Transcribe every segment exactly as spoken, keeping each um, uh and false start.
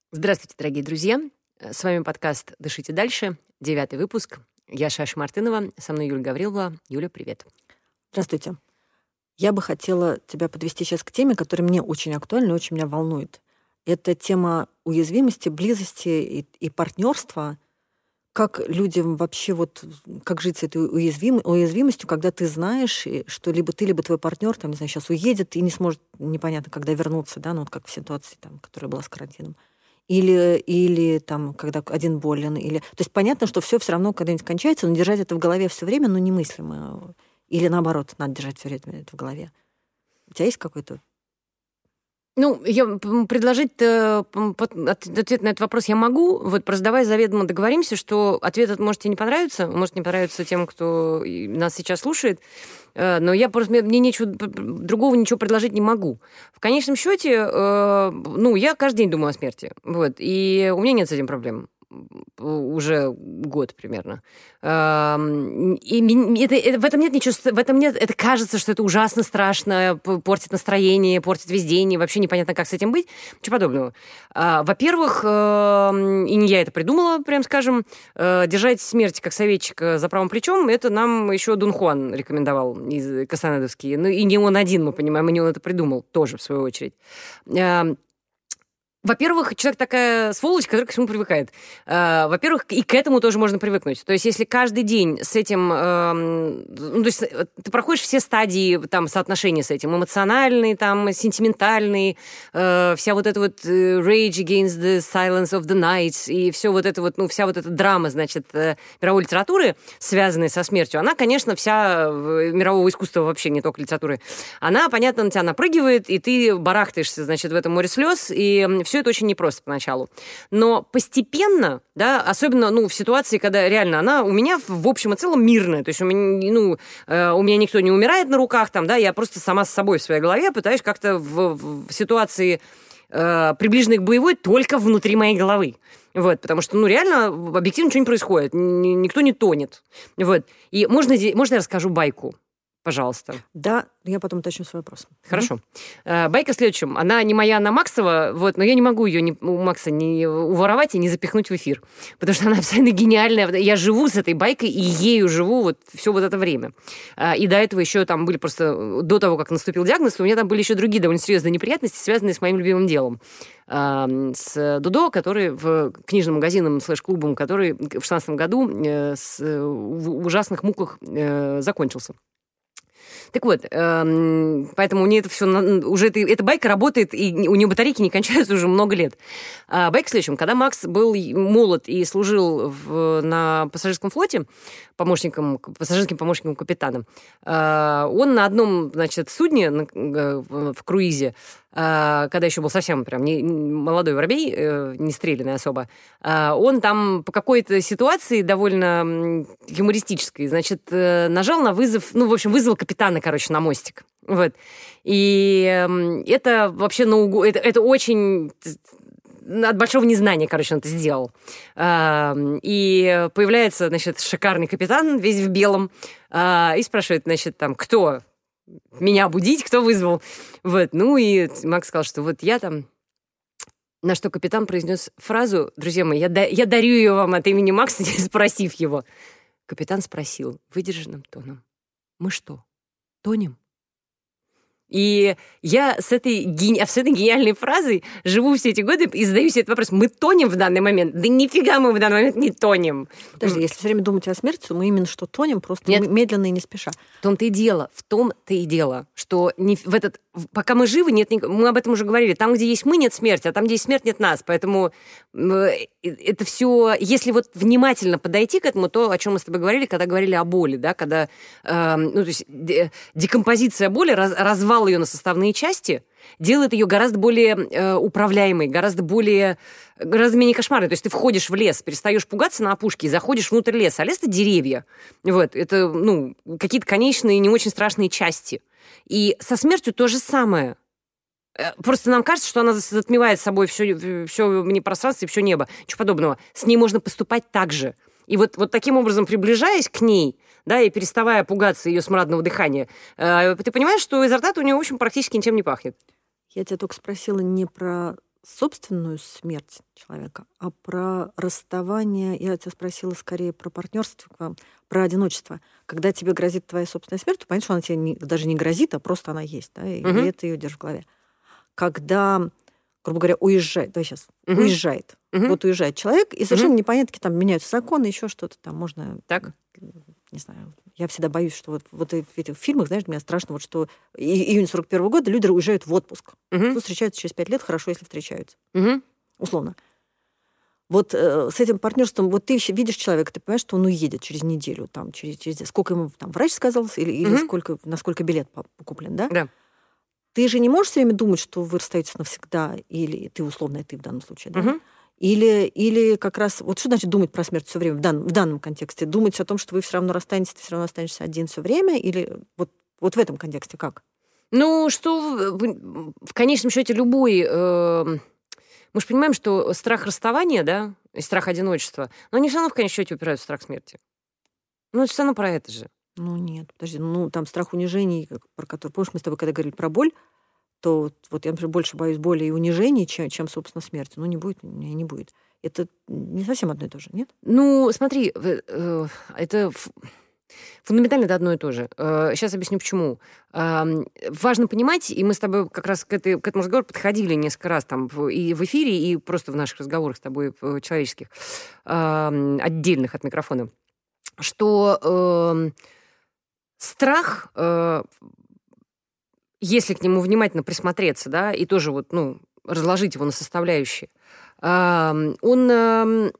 Здравствуйте, дорогие друзья. С вами подкаст «Дышите дальше», девятый выпуск. Я Шаша Мартынова, со мной Юля Гаврилова. Юля, привет. Здравствуйте. Я бы хотела тебя подвести сейчас к теме, которая мне очень актуальна и очень меня волнует. Это тема уязвимости, близости и, и партнерства. Как людям вообще, вот, как жить с этой уязвим, уязвимостью, когда ты знаешь, что либо ты, либо твой партнер, там, не знаю, сейчас уедет и не сможет, непонятно, когда вернуться, да, ну вот как в ситуации, там, которая была с карантином. Или, или там, когда один болен. Или... То есть понятно, что все все равно когда-нибудь кончается, но держать это в голове все время, ну, немыслимо. Или наоборот, надо держать все время это в голове. У тебя есть какой-то... Ну, я предложить э, ответ на этот вопрос я могу. Вот просто давай заведомо договоримся, что ответ этот может тебе не понравиться, может не понравиться тем, кто нас сейчас слушает, э, но я просто, мне ничего, другого ничего предложить не могу. В конечном счете, э, ну, я каждый день думаю о смерти, вот, и у меня нет с этим проблем. Уже год примерно. И это, это, в этом нет ничего, в этом нет, это кажется, что это ужасно страшно, портит настроение, портит весь день, и вообще непонятно, как с этим быть. Ничего подобного. Во-первых, и не я это придумала, прям скажем, держать смерть как советчика за правым плечом, это нам еще Дон Хуан рекомендовал, из Кастанедовский. Ну и не он один, мы понимаем, и не он это придумал тоже, в свою очередь. Во-первых, человек такая сволочь, который ко всему привыкает. Во-первых, и к этому тоже можно привыкнуть. То есть, если каждый день с этим... Ну, то есть, ты проходишь все стадии там, соотношения с этим. Эмоциональный, там, сентиментальный, вся вот эта вот rage against the silence of the night, и все вот это вот, ну, вся вот эта драма, значит, мировой литературы, связанная со смертью, она, конечно, вся мирового искусства вообще, не только литературы, она, понятно, на тебя напрыгивает, и ты барахтаешься, значит, в этом море слез, и все это очень непросто поначалу. Но постепенно, да, особенно, ну, в ситуации, когда реально она у меня в общем и целом мирная, то есть у меня, ну, э, у меня никто не умирает на руках, там, да, я просто сама с собой в своей голове пытаюсь как-то в, в ситуации, э, приближенной к боевой, только внутри моей головы. Вот, потому что, ну, реально, объективно ничего не происходит, никто не тонет. Вот. И можно, можно я расскажу байку? Пожалуйста. Да, я потом уточню свой вопрос. Хорошо. Mm-hmm. Байка в следующем. Она не моя, она Максова, вот, но я не могу ее не, у Макса не уворовать и не запихнуть в эфир, потому что она абсолютно гениальная. Я живу с этой байкой и ею живу вот все вот это время. И до этого еще там были просто, до того, как наступил диагноз, у меня там были еще другие довольно серьезные неприятности, связанные с моим любимым делом. С Дудо, который в книжным магазином слэш-клубом, который в шестнадцатом году с, в ужасных муках закончился. Так вот, эм, поэтому у нее это все уже это, эта байка работает, и у нее батарейки не кончаются уже много лет. А байка в следующем. Когда Макс был молод и служил в, на пассажирском флоте помощником, пассажирским помощником капитана, э, он на одном, значит, судне на, в круизе, э, когда еще был совсем прям не, молодой воробей, э, не стрелянный особо, э, он там по какой-то ситуации довольно юмористической, значит, э, нажал на вызов, ну, в общем, вызвал капитана, короче, на мостик. Вот. И это вообще, ну, это, это очень... От большого незнания, короче, он это сделал. И появляется, значит, шикарный капитан, весь в белом, и спрашивает, значит, там, кто меня будить, кто вызвал. Вот. Ну, и Макс сказал, что вот я там... На что капитан произнес фразу, друзья мои, я, да, я дарю ее вам от имени Макса, не спросив его. Капитан спросил выдержанным тоном, мы что, тонем? И я с этой гени... абсолютно гениальной фразой живу все эти годы и задаю себе этот вопрос. Мы тонем в данный момент? Да нифига мы в данный момент не тонем. Подожди, если все время думать о смерти, то мы именно что тонем, просто Нет. медленно и не спеша. В том-то и дело, в том-то и дело, что не в этот... пока мы живы, нет ник... мы об этом уже говорили, там, где есть мы, нет смерти, а там, где есть смерть, нет нас. Поэтому это все... Если вот внимательно подойти к этому, то, о чем мы с тобой говорили, когда говорили о боли, да, когда э, ну, то есть, декомпозиция боли, раз, развал ее на составные части, делает ее гораздо более э, управляемой, гораздо более, гораздо менее кошмарной. То есть ты входишь в лес, перестаешь пугаться на опушке и заходишь внутрь леса. А лес — это деревья. Вот. Это, ну, какие-то конечные, не очень страшные части. И со смертью то же самое. Просто нам кажется, что она затмевает собой все, все пространство и все небо. Ничего подобного. С ней можно поступать так же. И вот, вот таким образом, приближаясь к ней, да, и переставая пугаться ее смрадного дыхания, э, ты понимаешь, что изо рта у нее, в общем, практически ничем не пахнет. Я тебя только спросила не про собственную смерть человека, а про расставание, я тебя спросила скорее про партнерство, про одиночество. Когда тебе грозит твоя собственная смерть, то понятно, что она тебе не, даже не грозит, а просто она есть, да, и, Мгм. и это ее держишь в голове. Когда, грубо говоря, уезжает, давай сейчас, Мгм. уезжает, Мгм. вот уезжает человек, и совершенно непонятно, какие там меняются законы, еще что-то там можно... Так. Не знаю, я всегда боюсь, что вот, вот в этих фильмах, знаешь, мне страшно, вот что и- июнь сорок первого года люди уезжают в отпуск. Мгм. Тут встречаются через пять лет, хорошо, если встречаются. Мгм. Условно. Вот э, с этим партнерством, вот ты ещё видишь человека, ты понимаешь, что он уедет через неделю, там, через, через сколько ему там врач сказал, или, или Мгм. сколько, на сколько билет по- куплен, да? Да. Ты же не можешь все время думать, что вы расстаетесь навсегда, или ты условно, ты в данном случае, да? Мгм. Или, или как раз, вот что значит думать про смерть все время в данном, в данном контексте? Думать о том, что вы все равно расстанетесь, ты все равно останешься один все время, или вот, вот в этом контексте как? Ну, что в, в- в конечном счете любой... э, мы же понимаем, что страх расставания, да, и страх одиночества, но они все равно в конечном счете упирают в страх смерти. Ну, это все равно про это же. Ну нет, подожди, ну там страх унижений, как- про который, помнишь, мы с тобой когда говорили про боль, то вот, вот я, например, больше боюсь боли и унижений, чем, чем собственно, смерти. Ну не будет, не, не будет. Это не совсем одно и то же, нет? Ну, смотри, в- э, это ф- фундаментально это одно и то же. Сейчас объясню, почему. Ам, Важно понимать, и мы с тобой как раз к, этой- к этому разговору подходили несколько раз там в- и в эфире, и просто в наших разговорах с тобой э, человеческих, ам, отдельных от микрофона, что эм, страх, э, если к нему внимательно присмотреться, да, и тоже вот, ну, разложить его на составляющие, ам, он... ам,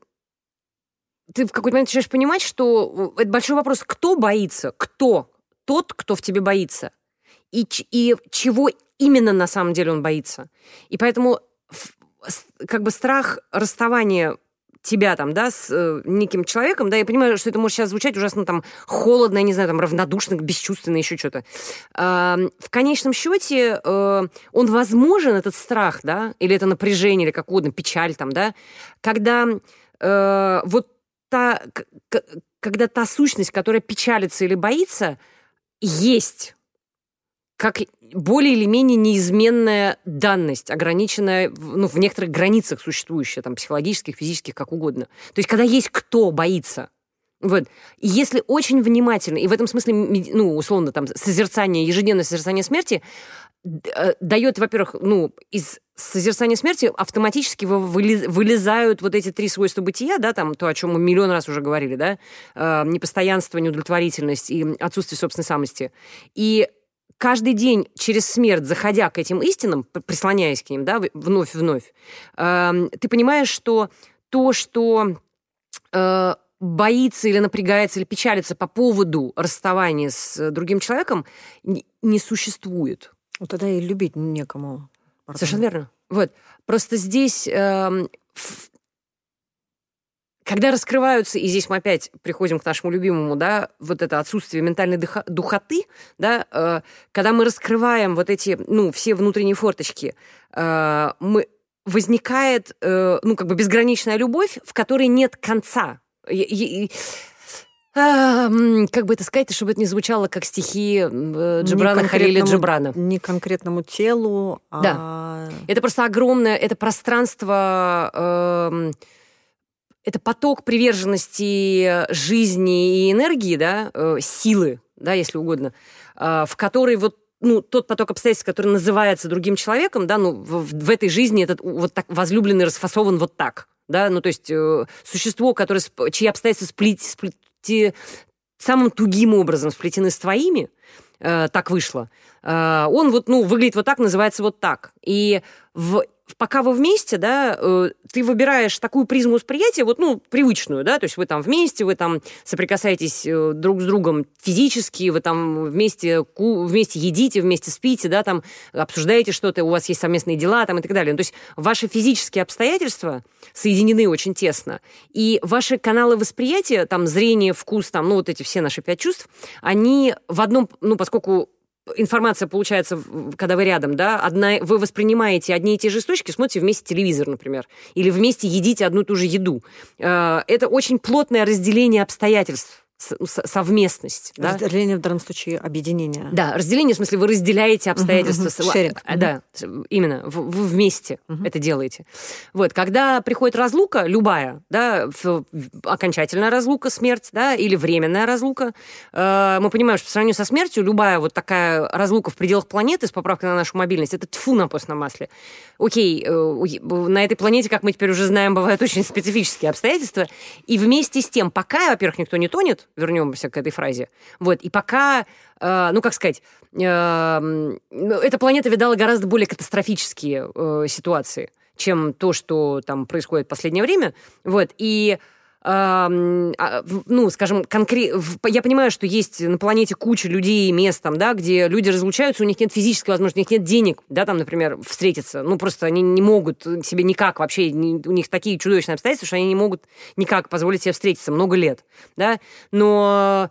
ты в какой-то момент начинаешь понимать, что э, это большой вопрос, кто боится, кто тот, кто в тебе боится, и, ч- и чего именно на самом деле он боится. И поэтому ф- с- как бы страх расставания тебя там, да, с э, неким человеком, да, я понимаю, что это может сейчас звучать ужасно там холодно, я не знаю, там равнодушно, бесчувственно, еще что-то. Ам, в конечном счете э, он возможен, этот страх, да, или это напряжение, или как угодно, печаль там, да, когда э, вот та, к- к- когда та сущность, которая печалится или боится, есть как более или менее неизменная данность, ограниченная в, ну, в некоторых границах существующая, там, психологических, физических, как угодно. То есть, когда есть кто боится. Вот. И если очень внимательно, и в этом смысле, меди- ну, условно, там, созерцание, ежедневное созерцание смерти д- э, дает, во-первых, ну, из созерцания смерти автоматически вы- выли- вылезают вот эти три свойства бытия, да, там, то, о чем мы миллион раз уже говорили, да, э, непостоянство, неудовлетворительность и отсутствие собственной самости. И каждый день через смерть, заходя к этим истинам, п- прислоняясь к ним, да, в- вновь-вновь, эм, ты понимаешь, что то, что э, боится или напрягается, или печалится по поводу расставания с другим человеком, не, не существует. Вот тогда и любить некому. Совершенно верно. Вот. Просто здесь, эм, в- когда раскрываются, и здесь мы опять приходим к нашему любимому, да, вот это отсутствие ментальной дыха- духоты, да, э, когда мы раскрываем вот эти, ну, все внутренние форточки, э, мы, возникает, э, ну, как бы безграничная любовь, в которой нет конца. И- и- и, а, м, как бы это сказать, чтобы это не звучало как стихи э, Джибрана Халиля Джибрана. Не конкретному телу, а... Да. Это просто огромное, это пространство, эм, это поток приверженности жизни и энергии, да, э, силы, да, если угодно, э, в который вот, ну, тот поток обстоятельств, который называется другим человеком, да, ну, в, в этой жизни этот вот так возлюбленный расфасован вот так, да, ну, то есть э, существо, которое, сп- чьи обстоятельства сплети, сплети- самым тугим образом сплетены с твоими, э, так вышло, э, он вот, ну, выглядит вот так, называется вот так. И в, в- пока вы вместе, да, э, ты выбираешь такую призму восприятия, вот, ну, привычную, да, то есть вы там вместе, вы там соприкасаетесь э, друг с другом физически, вы там вместе, ку- вместе едите, вместе спите, да, там обсуждаете что-то, у вас есть совместные дела там и так далее. Ну, то есть ваши физические обстоятельства соединены очень тесно, и ваши каналы восприятия, там, зрение, вкус, там, ну, вот эти все наши пять чувств, они в одном, ну, поскольку информация получается, в- когда вы рядом, да, одна, вы воспринимаете одни и те же источники, смотрите вместе телевизор, например, или вместе едите одну и ту же еду. Э, Это очень плотное разделение обстоятельств, совместность. Разделение да? в данном случае объединение. Да, разделение, в смысле, вы разделяете обстоятельства. Uh-huh, uh-huh. Шеринг. Uh-huh. Да, именно. Вы вместе uh-huh. это делаете. Вот, когда приходит разлука, любая, да, окончательная разлука, смерть, да, или временная разлука, э, мы понимаем, что по сравнению со смертью любая вот такая разлука в пределах планеты с поправкой на нашу мобильность, это тьфу на постном масле. Окей, э, на этой планете, как мы теперь уже знаем, бывают очень специфические обстоятельства, и вместе с тем, пока, во-первых, никто не тонет, вернемся к этой фразе. Вот. И пока, э, ну, как сказать, э, эта планета видала гораздо более катастрофические э, ситуации, чем то, что там происходит в последнее время. Вот. И, э, ну, скажем, конкретно... Я понимаю, что есть на планете куча людей, мест, там, да, где люди разлучаются, у них нет физической возможности, у них нет денег, да, там, например, встретиться. Ну, просто они не могут себе никак вообще... У них такие чудовищные обстоятельства, что они не могут никак позволить себе встретиться много лет, да. Но...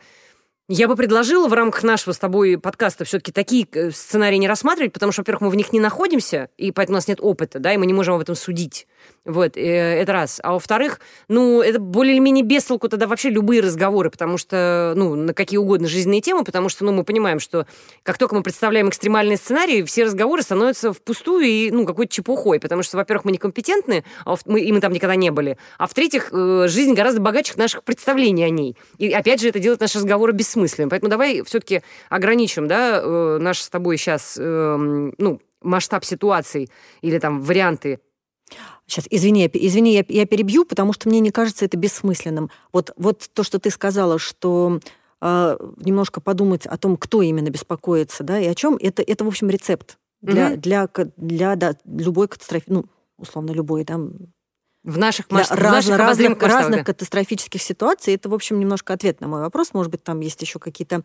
Я бы предложила в рамках нашего с тобой подкаста все-таки такие сценарии не рассматривать, потому что, во-первых, мы в них не находимся, и поэтому у нас нет опыта, да, и мы не можем об этом судить. Вот, это раз. А во-вторых, ну, это более или менее без толку тогда вообще любые разговоры, потому что, ну, на какие угодно жизненные темы, потому что, ну, мы понимаем, что как только мы представляем экстремальные сценарии, все разговоры становятся впустую и, ну, какой-то чепухой, потому что, во-первых, мы некомпетентны, а мы, и мы там никогда не были, а в-третьих, жизнь гораздо богаче наших представлений о ней. И, опять же, это делает наши разговоры бессмысленными. Поэтому давай все-таки ограничим, да, наш с тобой сейчас, ну, масштаб ситуаций или там варианты. Сейчас, извини, извини, я, я перебью, потому что мне не кажется это бессмысленным. Вот, вот то, что ты сказала, что э, немножко подумать о том, кто именно беспокоится, да, и о чем, это, это в общем, рецепт для, mm-hmm. для, для да, любой катастрофы, ну, условно, любой, да, в наших, масш... раз, в наших разных, разных катастрофических ситуаций. Это, в общем, немножко ответ на мой вопрос. Может быть, там есть еще какие-то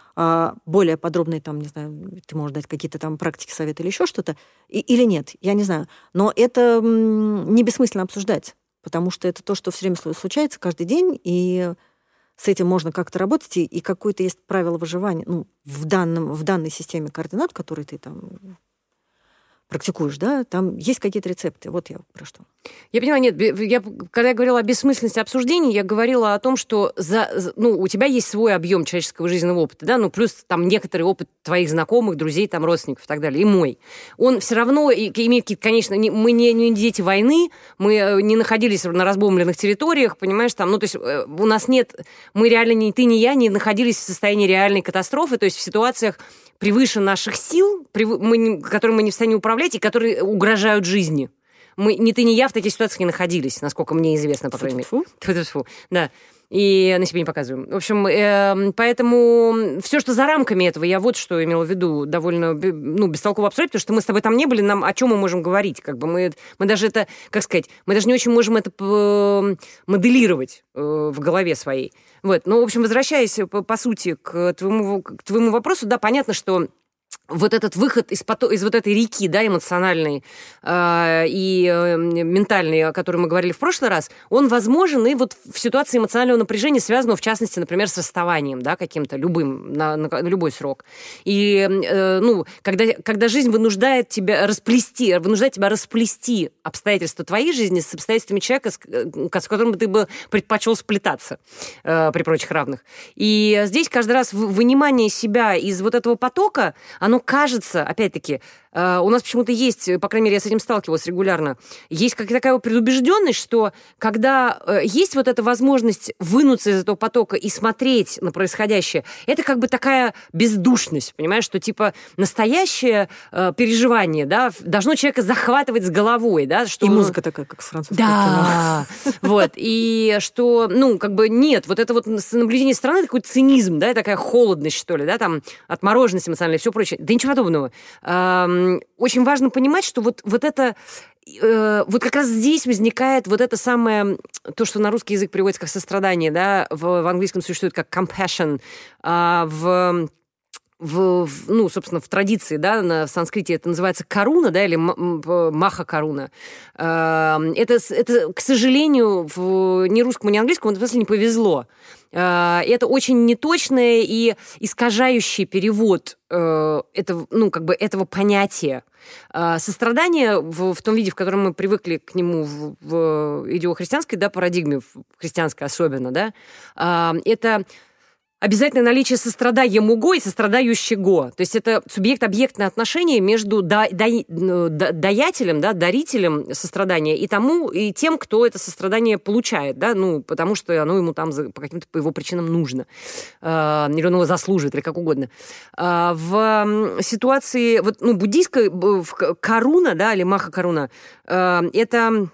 а, более подробные, там, не знаю, ты можешь дать какие-то там практики, советы или еще что-то, и, или нет, я не знаю. Но это м, не бессмысленно обсуждать, потому что это то, что все время случается каждый день, и с этим можно как-то работать, и, и какое-то есть правило выживания, ну, в, данном, в данной системе координат, которые ты там практикуешь, да, там есть какие-то рецепты. Вот я про что. Я понимаю, нет, я, когда я говорила о бессмысленности обсуждений, я говорила о том, что за, ну, у тебя есть свой объем человеческого жизненного опыта, да, ну, плюс там некоторый опыт твоих знакомых, друзей, там, родственников и так далее, и мой. Он все равно имеет какие-то, конечно, не, мы не, не дети войны, мы не находились на разбомбленных территориях, понимаешь, там, ну, то есть у нас нет, мы реально, ни ты, ни я не находились в состоянии реальной катастрофы, то есть в ситуациях превыше наших сил, мы, которые мы не в состоянии управлять и которые угрожают жизни. Мы, ни ты, ни я в таких ситуациях не находились, насколько мне известно, по крайней мере. Фу-фу-фу. Да. И на себе не показываем. В общем, э, поэтому все, что за рамками этого, я вот что имела в виду, довольно, ну, бестолково обсуждать, потому что мы с тобой там не были, нам о чем мы можем говорить? Как бы мы, мы даже это, как сказать, мы даже не очень можем это моделировать э, в голове своей. Вот. Ну, в общем, возвращаясь, по, по сути, к твоему, к твоему вопросу, да, понятно, что вот этот выход из, поток, из вот этой реки, да, эмоциональной э, и э, ментальной, о которой мы говорили в прошлый раз, он возможен и вот в ситуации эмоционального напряжения, связанного, в частности, например, с расставанием, да, каким-то любым, на, на, на любой срок. И, э, ну, когда, когда жизнь вынуждает тебя расплести, вынуждает тебя расплести обстоятельства твоей жизни с обстоятельствами человека, с, с которым ты бы предпочел сплетаться э, при прочих равных. И здесь каждый раз вынимание себя из вот этого потока, оно кажется, опять-таки, э, у нас почему-то есть, по крайней мере, я с этим сталкивалась регулярно, есть какая-то такая предубежденность, что когда э, есть вот эта возможность вынуться из этого потока и смотреть на происходящее, это как бы такая бездушность, понимаешь, что типа настоящее э, переживание, да, должно человека захватывать с головой, да, что... И музыка такая, как с французского да, кино. Вот, и что, ну, как бы нет, вот это вот наблюдение со стороны, такой цинизм, да, такая холодность, что ли, да, там, отмороженность эмоциональная и все прочее. Да ничего подобного. Очень важно понимать, что вот, вот это... Вот как раз здесь возникает вот это самое... То, что на русский язык переводится как сострадание, да, в, в английском существует как compassion, а в... в, в, ну, собственно, в традиции, да, на санскрите это называется каруна, да, или маха-каруна. Это, это, к сожалению, в, ни русскому, ни английскому это просто не повезло. Это очень неточный и искажающий перевод этого, ну, как бы этого понятия. Сострадание в, в том виде, в котором мы привыкли к нему в, в идеохристианской, да, парадигме, в христианской особенно, да, это обязательно наличие сострадаемого и сострадающего. То есть это субъект-объектное отношение между да, да, да, даятелем, да, дарителем сострадания и тому, и тем, кто это сострадание получает, да, ну, потому что оно ему там по каким-то по его причинам нужно, э, или он его заслуживает, или как угодно. Э, в ситуации, вот, ну, буддийской каруна, да, или маха-каруна, э, это...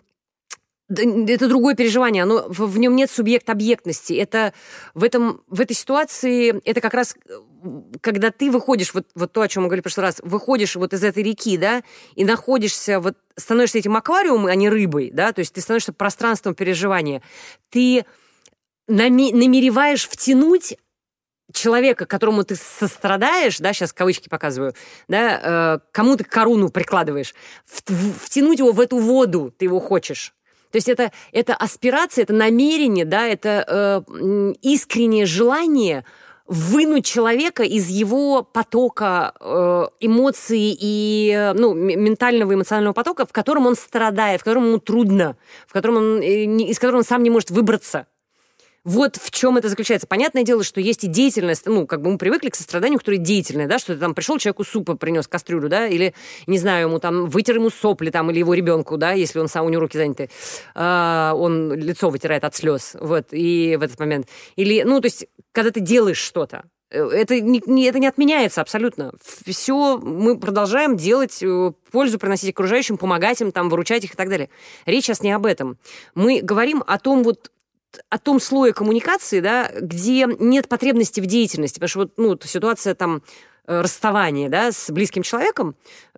Это другое переживание, оно, в, в нем нет субъект-объектности. Это, в, этом, в этой ситуации это как раз, когда ты выходишь, вот, вот то, о чем мы говорили в прошлый раз, выходишь вот из этой реки, да, и находишься, вот, становишься этим аквариумом, а не рыбой, да, то есть ты становишься пространством переживания. Ты нами, намереваешь втянуть человека, которому ты сострадаешь, да, сейчас кавычки показываю, да, э, кому ты коруну прикладываешь, в, в, втянуть его в эту воду ты его хочешь. То есть это, это аспирация, это намерение, да, это э, искреннее желание вынуть человека из его потока э, эмоций и ну, ментального эмоционального потока, в котором он страдает, в котором ему трудно, в котором он, э, не, из которого он сам не может выбраться. Вот в чем это заключается. Понятное дело, что есть и деятельность, ну, как бы мы привыкли к состраданию, которое деятельное, да, что ты там пришел, человеку супа принес, кастрюлю, да, или, не знаю, ему там вытер ему сопли, там, или его ребенку, да, если он сам, у него руки заняты, а, он лицо вытирает от слез, вот, и в этот момент. Или, ну, то есть, когда ты делаешь что-то, это не, не, это не отменяется абсолютно. Все мы продолжаем делать, пользу приносить окружающим, помогать им, там, выручать их и так далее. Речь сейчас не об этом. Мы говорим о том вот, о том слое коммуникации, да, где нет потребности в деятельности, потому что вот, ну, ситуация там расставания, да, с близким человеком.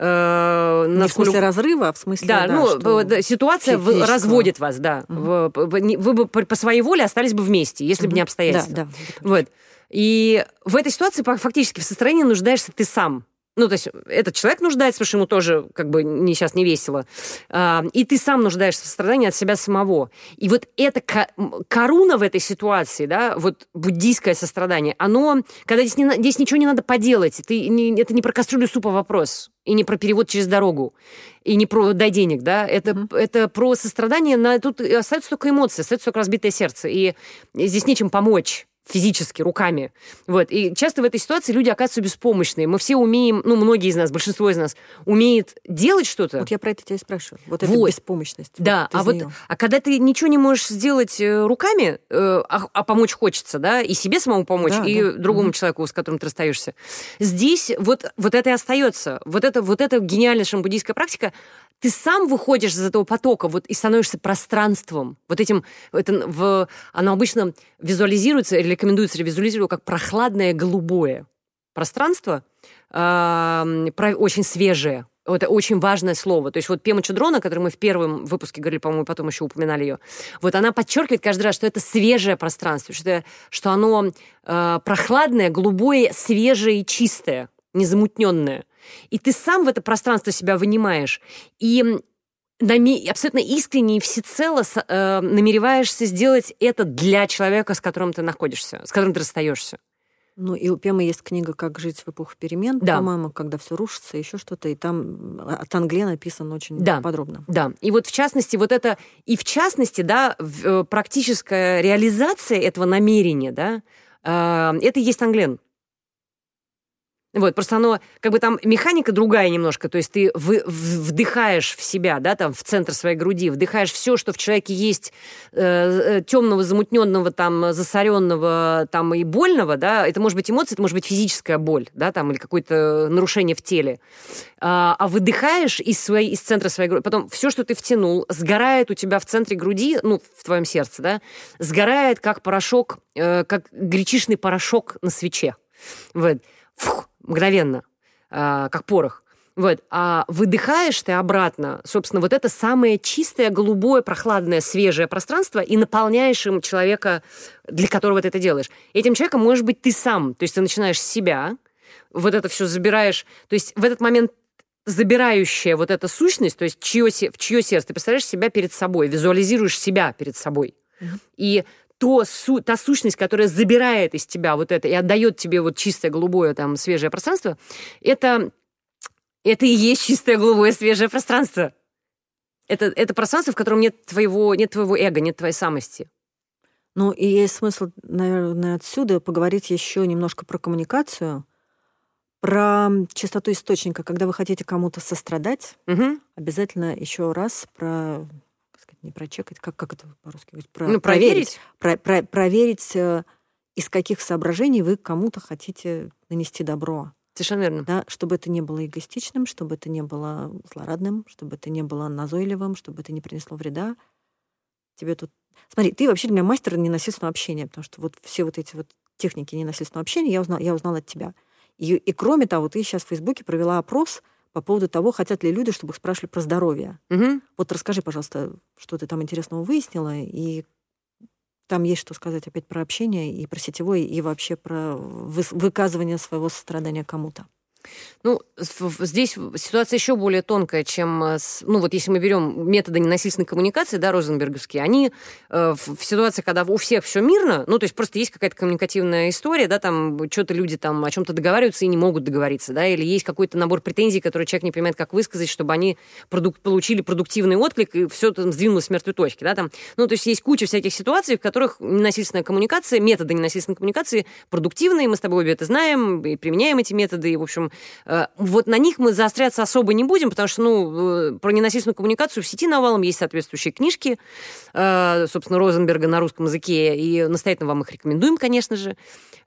Э, не в смысле разрыва, а в смысле, да, да, ну, что ситуация физического. разводит вас, да. Угу. Вы, вы, вы бы по своей воле остались бы вместе, если угу. бы не обстоятельства. Да, да. Вот. И в этой ситуации фактически в состоянии нуждаешься ты сам. Ну, то есть этот человек нуждается, потому что ему тоже как бы не, сейчас не весело. И ты сам нуждаешься в сострадании от себя самого. И вот эта каруна в этой ситуации, да, вот буддийское сострадание, оно, когда здесь, не, здесь ничего не надо поделать, ты, не, это не про кастрюлю супа вопрос, и не про перевод через дорогу, и не про дай денег, да, это, mm-hmm. это про сострадание, на, тут остается только эмоции, остается только разбитое сердце, и здесь нечем помочь. Физически, руками. Вот. И часто в этой ситуации люди оказываются беспомощные. Мы все умеем, ну, многие из нас, большинство из нас, умеет делать что-то. Вот я про это тебя и спрашиваю. Вот, вот. эта беспомощность. Да, вот а вот а когда ты ничего не можешь сделать руками, э, а, а помочь хочется, да, и себе самому помочь, да, и да. другому mm-hmm. человеку, с которым ты расстаешься, здесь вот, вот это и остается. Вот это, вот это гениальнейшая буддийская практика. Ты сам выходишь из этого потока вот, и становишься пространством. Вот этим, это, в, оно обычно визуализируется, или рекомендуется визуализировать как прохладное голубое пространство, э, про, очень свежее. Это очень важное слово. То есть вот Пема Чодрона, о которой мы в первом выпуске говорили, по-моему, потом еще упоминали ее, вот она подчеркивает каждый раз, что это свежее пространство, что, что оно э, прохладное, голубое, свежее и чистое, незамутненное. И ты сам в это пространство себя вынимаешь, и абсолютно искренне и всецело э, намереваешься сделать это для человека, с которым ты находишься, с которым ты расстаешься. Ну, и у Пемы есть книга «Как жить в эпоху перемен», да. по-моему, когда все рушится, еще что-то, и там от Англе написано очень да. подробно. Да, и вот в частности, вот это, и в частности, да, практическая реализация этого намерения, да, э, это и есть Англен. Вот, просто оно, как бы там механика другая немножко, то есть ты вы, вдыхаешь в себя, да, там, в центр своей груди, вдыхаешь все, что в человеке есть э, темного, замутненного, там, засоренного, там, и больного, да, это может быть эмоция, это может быть физическая боль, да, там, или какое-то нарушение в теле, а, а выдыхаешь из, своей, из центра своей груди, потом все, что ты втянул, сгорает у тебя в центре груди, ну, в твоем сердце, да, сгорает как порошок, э, как гречишный порошок на свече, вот. Фух, мгновенно, э, как порох. Вот. А выдыхаешь ты обратно, собственно, вот это самое чистое, голубое, прохладное, свежее пространство и наполняешь им человека, для которого ты это делаешь. Этим человеком можешь быть ты сам. То есть ты начинаешь с себя, вот это все забираешь, то есть в этот момент забирающая вот эта сущность, то есть чье, в чье сердце, ты представляешь себя перед собой, визуализируешь себя перед собой. Mm-hmm. И то, су, та сущность, которая забирает из тебя вот это и отдает тебе вот чистое, голубое, там, свежее пространство, это, это и есть чистое, голубое, свежее пространство. Это, это пространство, в котором нет твоего, нет твоего эго, нет твоей самости. Ну, и есть смысл, наверное, отсюда поговорить еще немножко про коммуникацию, про чистоту источника. Когда вы хотите кому-то сострадать, угу. обязательно еще раз про, как сказать, не прочекать, как, как это по-русски говорить? Про, ну, проверить. Про, про, проверить, из каких соображений вы кому-то хотите нанести добро. Совершенно верно. Да, чтобы это не было эгоистичным, чтобы это не было злорадным, чтобы это не было назойливым, чтобы это не принесло вреда. Тебе тут... Смотри, ты вообще для меня мастер ненасильственного общения, потому что вот все вот эти вот техники ненасильственного общения я узнала, я узнала от тебя. И, и кроме того, ты сейчас в Фейсбуке провела опрос по поводу того, хотят ли люди, чтобы их спрашивали про здоровье. Угу. Вот расскажи, пожалуйста, что ты там интересного выяснила, и там есть что сказать опять про общение, и про сетевое, и вообще про выказывание своего сострадания кому-то. Ну, здесь ситуация еще более тонкая, чем... Ну, вот если мы берем методы ненасильственной коммуникации, да, розенберговские, они э, в ситуации, когда у всех все мирно, ну, то есть просто есть какая-то коммуникативная история, да, там что-то люди там о чем-то договариваются и не могут договориться, да, или есть какой-то набор претензий, которые человек не понимает, как высказать, чтобы они продук- получили продуктивный отклик, и все там сдвинулось с мертвой точки, да, там. Ну, то есть есть куча всяких ситуаций, в которых ненасильственная коммуникация, методы ненасильственной коммуникации продуктивные, мы с тобой обе это знаем, и применяем эти методы, и, в общем, вот на них мы заостряться особо не будем, потому что, ну, про ненасильственную коммуникацию в сети навалом есть соответствующие книжки, собственно, Розенберга на русском языке, и настоятельно вам их рекомендуем, конечно же.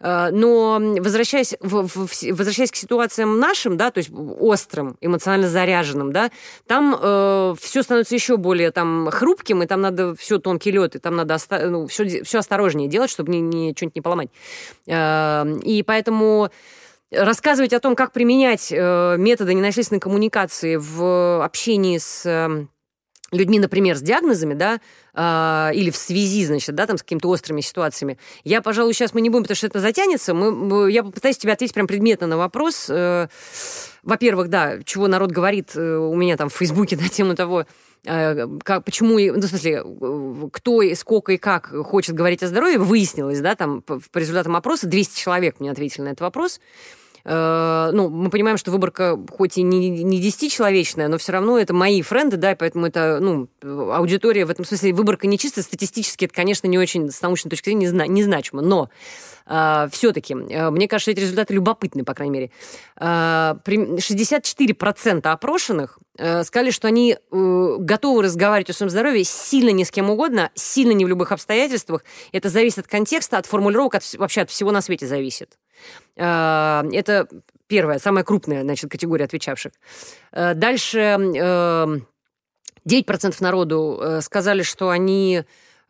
Но возвращаясь, возвращаясь к ситуациям нашим, да, то есть острым, эмоционально заряженным, да, там э, все становится еще более там хрупким, и там надо все тонкий лед, и там надо оста- ну, все, все осторожнее делать, чтобы не, не, что-нибудь не поломать. Э, и поэтому... Рассказывать о том, как применять э, методы ненасильственной коммуникации в общении с э, людьми, например, с диагнозами, да, э, или в связи, значит, да, там, с какими-то острыми ситуациями, я, пожалуй, сейчас мы не будем, потому что это затянется. Мы, я попытаюсь тебе ответить прям предметно на вопрос. Э, во-первых, да, чего народ говорит э, у меня там в Фейсбуке на тему того, Как, почему, ну, в смысле, кто, сколько и как хочет говорить о здоровье, выяснилось, да, там, по, по результатам опроса двести человек мне ответили на этот вопрос. Э, ну, мы понимаем, что выборка хоть и не, не десятичеловечная, но все равно это мои френды, да, и поэтому это, ну, аудитория в этом смысле, выборка не чисто статистически, это, конечно, не очень с научной точки зрения не, не значимо, но Uh, все-таки, uh, мне кажется, эти результаты любопытны, по крайней мере. Uh, шестьдесят четыре процента опрошенных uh, сказали, что они uh, готовы разговаривать о своем здоровье сильно не с кем угодно, сильно не в любых обстоятельствах. Это зависит от контекста, от формулировок, от, вообще от всего на свете зависит. Uh, это первая, самая крупная, значит, категория отвечавших. Uh, дальше uh, девять процентов народу uh, сказали, что они...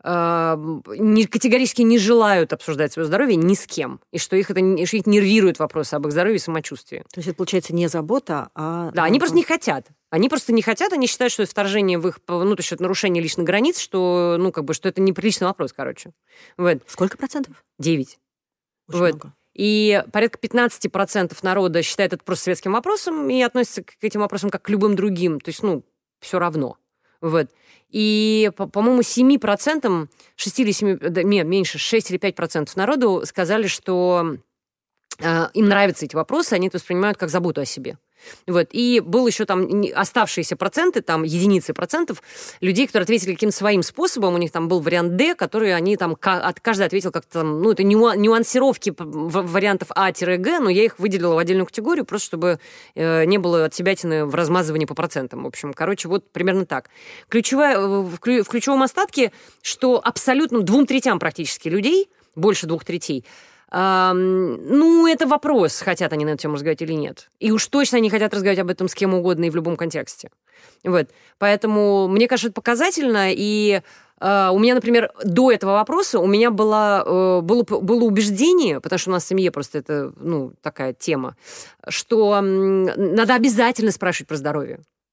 Не, категорически не желают обсуждать свое здоровье ни с кем, и что их это что их нервирует вопросы об их здоровье и самочувствии. То есть это, получается, не забота, а... Да, они просто не хотят. Они просто не хотят, они считают, что это вторжение в их... Ну, то есть это нарушение личных границ, что, ну, как бы, что это неприличный вопрос, короче. Вот. Сколько процентов? Девять. Очень вот. много. И порядка пятнадцать процентов народа считает это просто светским вопросом и относится к этим вопросам как к любым другим. То есть, ну, все равно. Вот. И, по- по-моему, семь процентов, шесть или семь, да, нет, меньше, шесть или пять процентов народу сказали, что э, им нравятся эти вопросы, они это воспринимают как заботу о себе. Вот. И был еще там оставшиеся проценты, там единицы процентов людей, которые ответили каким-то своим способом. У них там был вариант Д, который они там, каждый ответил как-то, ну, это нюансировки вариантов А-Г, но я их выделила в отдельную категорию, просто чтобы э, не было отсебятины в размазывании по процентам. В общем, короче, вот примерно так. Ключевая, в ключевом остатке, что абсолютно двум третям практически людей, больше двух третей, Uh, ну, это вопрос, хотят они на эту тему разговаривать или нет. И уж точно они хотят разговаривать об этом с кем угодно и в любом контексте. Вот. Поэтому, мне кажется, это показательно. И uh, у меня, например, до этого вопроса у меня было, uh, было, было убеждение, потому что у нас в семье просто это, ну, такая тема, что um, надо обязательно спрашивать про здоровье.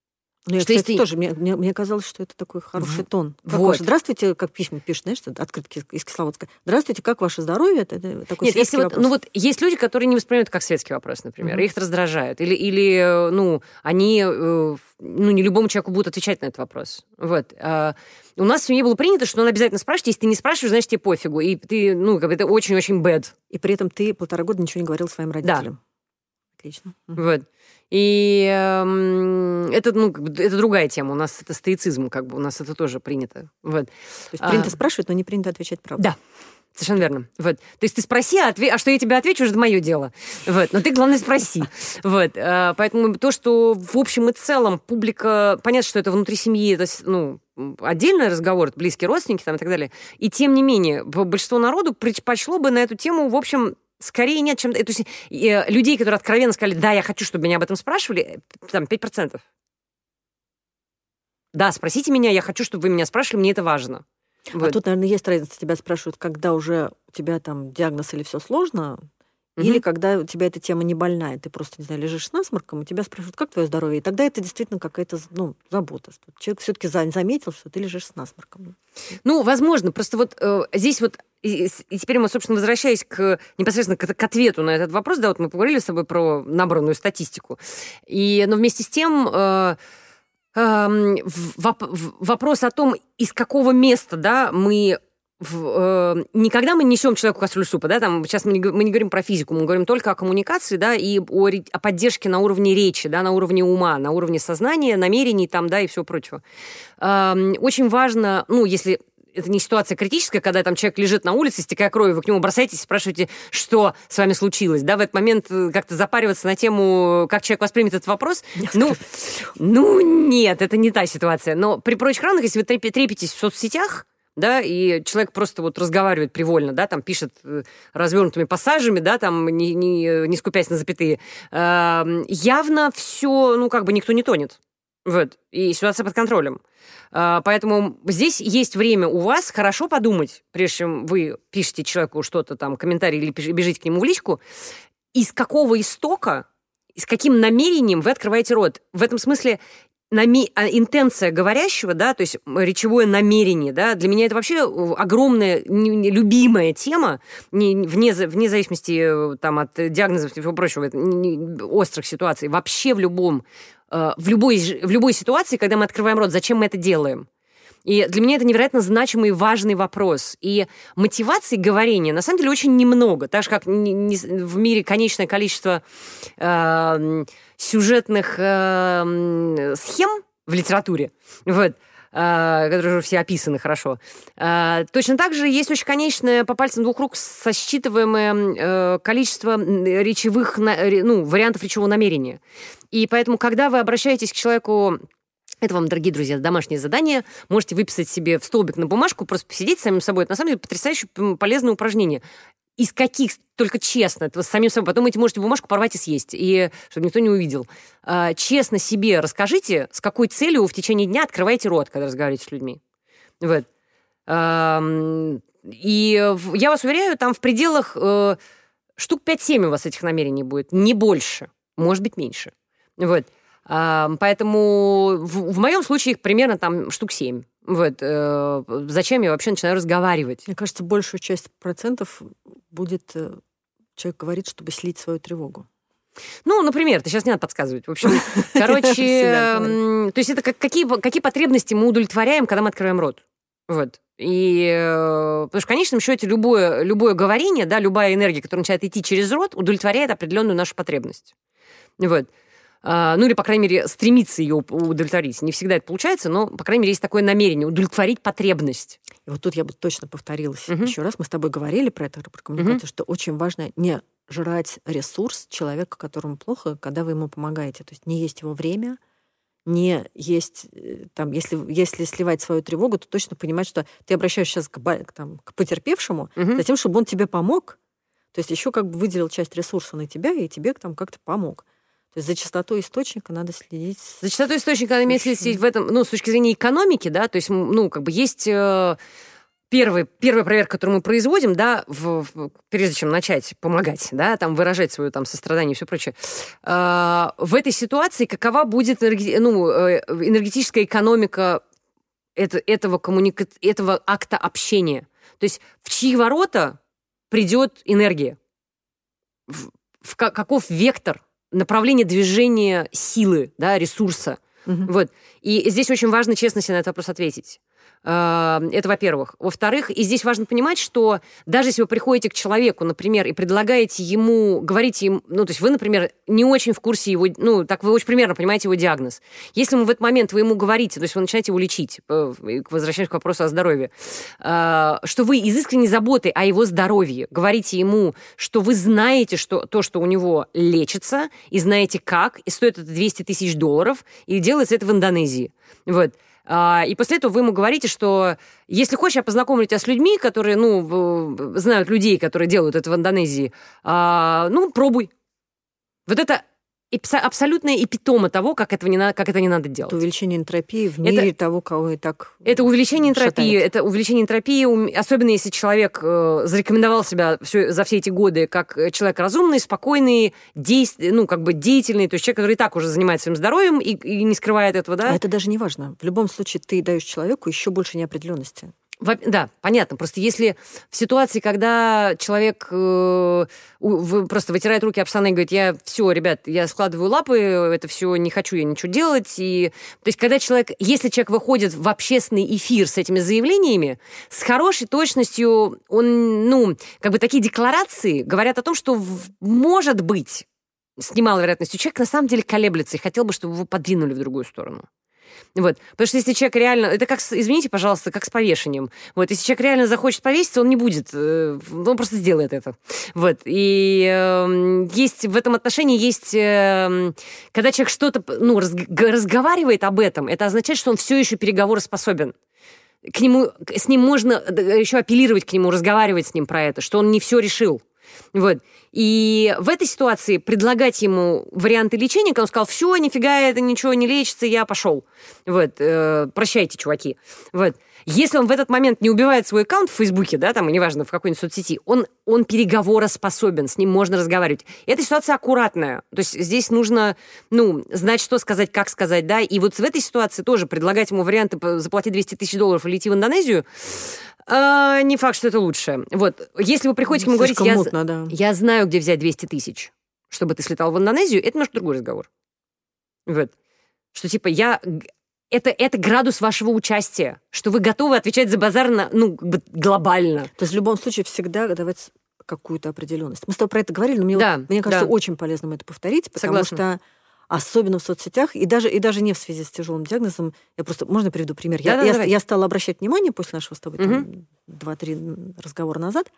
Ну, я, что кстати, если... тоже, мне, мне, мне казалось, что это такой хороший В... тон. Как вот. ваше... Здравствуйте, как письма пишут, знаешь, открытки из Кисловодска. Здравствуйте, как ваше здоровье? Это, это такой Нет, если вопрос. вот, ну вот есть люди, которые не воспринимают как светский вопрос, например, mm-hmm. их это раздражает. Или, или ну, они ну, не любому человеку будут отвечать на этот вопрос. Вот. А у нас в семье было принято, что он обязательно спрашивает. Если ты не спрашиваешь, значит, тебе пофигу. И ты, ну, как бы это очень-очень bad. И при этом ты полтора года ничего не говорил своим родителям. Да. Отлично. Вот. И э, это, ну, это другая тема. У нас это стоицизм, как бы, у нас это тоже принято. Вот. То есть принято а, спрашивать, но не принято отвечать правду. Да, совершенно верно. Вот. То есть ты спроси, а, отве- а что я тебе отвечу, уже это мое дело. Вот. Но ты, главное, спроси. Вот. А, поэтому то, что в общем и целом публика... Понятно, что это внутри семьи, это, ну, отдельный разговор, это близкие родственники там, и так далее. И тем не менее, большинство народу предпочло бы на эту тему, в общем... Скорее нет, чем... То есть э, людей, которые откровенно сказали, да, я хочу, чтобы меня об этом спрашивали, там, пять процентов. Да, спросите меня, я хочу, чтобы вы меня спрашивали, мне это важно. Вот. А тут, наверное, есть разница, тебя спрашивают, когда уже у тебя там диагноз или все сложно, mm-hmm. или когда у тебя эта тема не больная, ты просто, не знаю, лежишь с насморком, и тебя спрашивают, как твое здоровье, и тогда это действительно какая-то, ну, забота, что человек все-таки заметил, что ты лежишь с насморком. Ну, возможно, просто вот э, здесь вот И, и теперь мы, собственно, возвращаясь к, непосредственно к, к ответу на этот вопрос, да, вот мы поговорили с тобой про набранную статистику, и, но вместе с тем э, э, воп, вопрос о том, из какого места, да, мы... В, э, никогда мы несем человеку кастрюлю супа, да, там, сейчас мы не, мы не говорим про физику, мы говорим только о коммуникации, да, и о, о поддержке на уровне речи, да, на уровне ума, на уровне сознания, намерений, там, да, и всего прочего. Э, очень важно, ну, если... Это не ситуация критическая, когда там человек лежит на улице, истекая кровью, вы к нему бросаетесь и спрашиваете, что с вами случилось. Да, в этот момент как-то запариваться на тему, как человек воспримет этот вопрос, ну, ну, нет, это не та ситуация. Но при прочих равных, если вы трепетесь в соцсетях, да, и человек просто вот разговаривает привольно, да, там пишет развернутыми пассажами, да, там не, не, не скупясь на запятые, э, явно все, ну, как бы никто не тонет. Вот, и ситуация под контролем. Поэтому здесь есть время у вас хорошо подумать, прежде чем вы пишете человеку что-то там, комментарий или бежите к нему в личку, из какого истока, с каким намерением вы открываете рот. В этом смысле наме... интенция говорящего, да, то есть речевое намерение, да, для меня это вообще огромная, любимая тема, не, вне, вне зависимости там, от диагнозов и всего прочего, острых ситуаций, вообще в любом В любой, в любой ситуации, когда мы открываем рот, зачем мы это делаем? И для меня это невероятно значимый и важный вопрос. И мотивации говорения, на самом деле, очень немного. Так же, как не, не, в мире конечное количество э, сюжетных э, схем в литературе, вот, э, которые уже все описаны хорошо. Э, точно так же есть очень конечное, по пальцам двух рук, сосчитываемое э, количество речевых, ну, вариантов речевого намерения. И поэтому, когда вы обращаетесь к человеку, это вам, дорогие друзья, домашнее задание, можете выписать себе в столбик на бумажку, просто посидеть с самим собой. Это, на самом деле, потрясающе полезное упражнение. Из каких, только честно, это с самим собой, потом эти можете бумажку порвать и съесть, и, чтобы никто не увидел. Честно себе расскажите, с какой целью вы в течение дня открываете рот, когда разговариваете с людьми. Вот. И я вас уверяю, там в пределах штук пять-семь у вас этих намерений будет, не больше, может быть, меньше. Вот. Поэтому в, в моем случае их примерно там штук семь. Вот. Зачем я вообще начинаю разговаривать? Мне кажется, большую часть процентов будет человек говорит, чтобы слить свою тревогу. Ну, например, ты сейчас не надо подсказывать. В общем, короче, то есть это какие, какие потребности мы удовлетворяем, когда мы открываем рот. Вот. И, потому что в конечном счете любое, любое говорение, да, любая энергия, которая начинает идти через рот, удовлетворяет определенную нашу потребность. Вот. Ну, или, по крайней мере, стремиться ее удовлетворить. Не всегда это получается, но, по крайней мере, есть такое намерение удовлетворить потребность. И вот тут я бы точно повторилась Uh-huh. еще раз. Мы с тобой говорили про это, про коммуникацию, Uh-huh. что очень важно не жрать ресурс человека, которому плохо, когда вы ему помогаете. То есть не есть его время, не есть, там, если, если сливать свою тревогу, то точно понимать, что ты обращаешься сейчас к, там, к потерпевшему, Uh-huh. за тем, чтобы он тебе помог. То есть еще как бы выделил часть ресурса на тебя и тебе там как-то помог. То есть за частотой источника надо следить. За частотой источника надо иметь следить в этом, ну, с точки зрения экономики, да, то есть, ну, как бы есть э, первый, первая проверка, которую мы производим, да, в, в, прежде чем начать помогать, да, там, выражать свое там, сострадание и все прочее, э, в этой ситуации какова будет энерги, ну, э, энергетическая экономика это, этого, коммуника, этого акта общения? То есть в чьи ворота придет энергия? В, в каков вектор, направление движения силы, да, ресурса? Угу. Вот. И здесь очень важно честно себе на этот вопрос ответить. Это, во-первых. Во-вторых, и здесь важно понимать, что даже если вы приходите к человеку, например, и предлагаете ему, говорите ему, ну, то есть вы, например, не очень в курсе его, ну, так вы очень примерно понимаете его диагноз. Если вы в этот момент вы ему говорите, то есть вы начинаете его лечить, возвращаясь к вопросу о здоровье, что вы из искренней заботы о его здоровье говорите ему, что вы знаете, что то, что у него лечится, и знаете как, и стоит это двести тысяч долларов, и делается это в Индонезии. Вот. И после этого вы ему говорите, что если хочешь, я познакомлю тебя с людьми, которые, ну, знают людей, которые делают это в Индонезии, ну, пробуй. Вот это абсолютная эпитома того, как, этого не надо, как это не надо делать. Это увеличение энтропии в мире это, того, кого и так Это увеличение энтропии, это увеличение энтропии, особенно если человек э, зарекомендовал себя все, за все эти годы как человек разумный, спокойный, дейст, ну, как бы деятельный, то есть человек, который и так уже занимается своим здоровьем и, и не скрывает этого, да? А это даже не важно. В любом случае ты даешь человеку еще больше неопределенности. Да, понятно. Просто если в ситуации, когда человек э, просто вытирает руки об штаны и говорит, я все, ребят, я складываю лапы, это все не хочу я ничего делать. И, то есть когда человек, если человек выходит в общественный эфир с этими заявлениями, с хорошей точностью он, ну, как бы такие декларации говорят о том, что может быть, с немалой вероятностью, человек на самом деле колеблется и хотел бы, чтобы его подвинули в другую сторону. Вот. Потому что если человек реально... Это как, извините, пожалуйста, как с повешением. Вот. Если человек реально захочет повеситься, он не будет. Он просто сделает это. Вот. И э, есть в этом отношении есть... Э, когда человек что-то ну, разг- разговаривает об этом, это означает, что он все еще переговороспособен. К нему, с ним можно еще апеллировать к нему, разговаривать с ним про это, что он не все решил. Вот. И в этой ситуации предлагать ему варианты лечения, когда он сказал, все, нифига, это ничего не лечится, я пошел. Вот. Э, прощайте, чуваки. Вот. Если он в этот момент не убивает свой аккаунт в Фейсбуке, да, там, неважно, в какой-нибудь соцсети, он, он переговороспособен, с ним можно разговаривать. Эта ситуация аккуратная. То есть здесь нужно, ну, знать, что сказать, как сказать, да. И вот в этой ситуации тоже предлагать ему варианты заплатить двести тысяч долларов и лети в Индонезию, э, не факт, что это лучше. Вот. Если вы приходите к нему и говорите, мутно, да. я знаю, где взять двести тысяч, чтобы ты слетал в Индонезию, это немножко другой разговор. Вот. Что типа я... Это, это градус вашего участия, что вы готовы отвечать за базар на, ну, глобально. То есть в любом случае всегда давать какую-то определенность. Мы с тобой про это говорили, но мне, да, вот, мне кажется, да. очень полезным это повторить, потому Согласна. что особенно в соцсетях, и даже, и даже не в связи с тяжелым диагнозом, я просто, можно приведу пример? Да, я, да, я, давай. я стала обращать внимание после нашего с тобой угу. там, два-три разговора назад,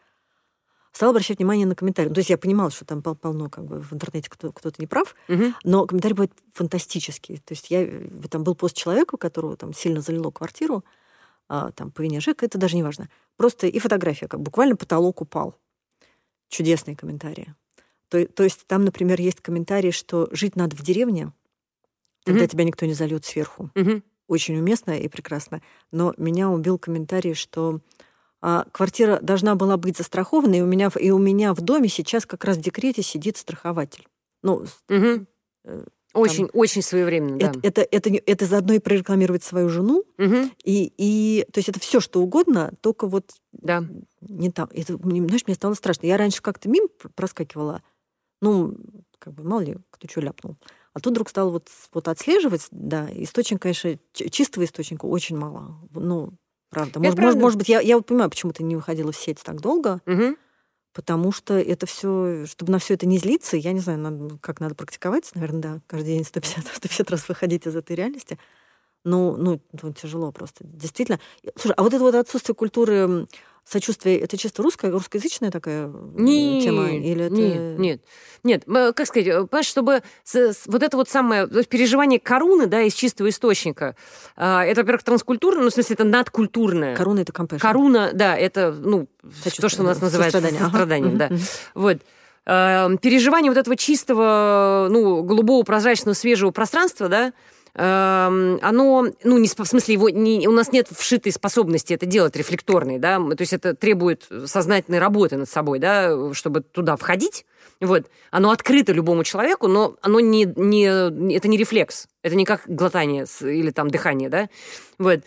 стала обращать внимание на комментарии. Ну, то есть я понимала, что там пол- полно как бы в интернете кто- кто-то не прав, угу. но комментарии бывают фантастические. То есть я, там был пост человека, у которого там сильно залило квартиру, а, там по вине ЖЭКа, это даже не важно. Просто и фотография, как буквально потолок упал. Чудесные комментарии. То, то есть там, например, есть комментарий, что жить надо в деревне, тогда угу. тебя никто не зальет сверху. Угу. Очень уместно и прекрасно. Но меня убил комментарий, что а квартира должна была быть застрахована, и у меня, и у меня в доме сейчас как раз в декрете сидит страхователь. Ну, угу. э, очень, там, очень своевременно, да. Это, это, это, это заодно и прорекламировать свою жену, угу. и, и, то есть это все что угодно, только вот да. не там. Это, знаешь, мне стало страшно. Я раньше как-то мимо проскакивала, ну, как бы, мало ли, кто что ляпнул. А тут вдруг стал вот, вот отслеживать, да, источник, конечно, чистого источника очень мало. Ну, правда. Может, может, может быть, я, я вот понимаю, почему ты не выходила в сеть так долго, угу. потому что это все, чтобы на все это не злиться, я не знаю, надо, как надо практиковать, наверное, да, каждый день сто пятьдесят, сто пятьдесят раз выходить из этой реальности. Ну, ну, ну, тяжело просто, действительно. Слушай, а вот это вот отсутствие культуры сочувствия, это чисто русская, русскоязычная такая не, тема? Или это... Нет, нет, нет. Как сказать, понимаешь, чтобы с, с, вот это вот самое то есть переживание коруны, да, из чистого источника, э, это, во-первых, транскультурное, ну, в смысле, это надкультурное. Коруна — это compassion. Коруна, да, это, ну, то, что у нас называется сострадание. состраданием, ага. да. Угу. Вот. Э, переживание вот этого чистого, ну, голубого, прозрачного, свежего пространства, да, оно, ну, не, в смысле, его, не, у нас нет вшитой способности это делать, рефлекторной, да, то есть это требует сознательной работы над собой, да, чтобы туда входить. Вот. Оно открыто любому человеку, но оно не, не, это не рефлекс, это не как глотание или там дыхание, да, вот.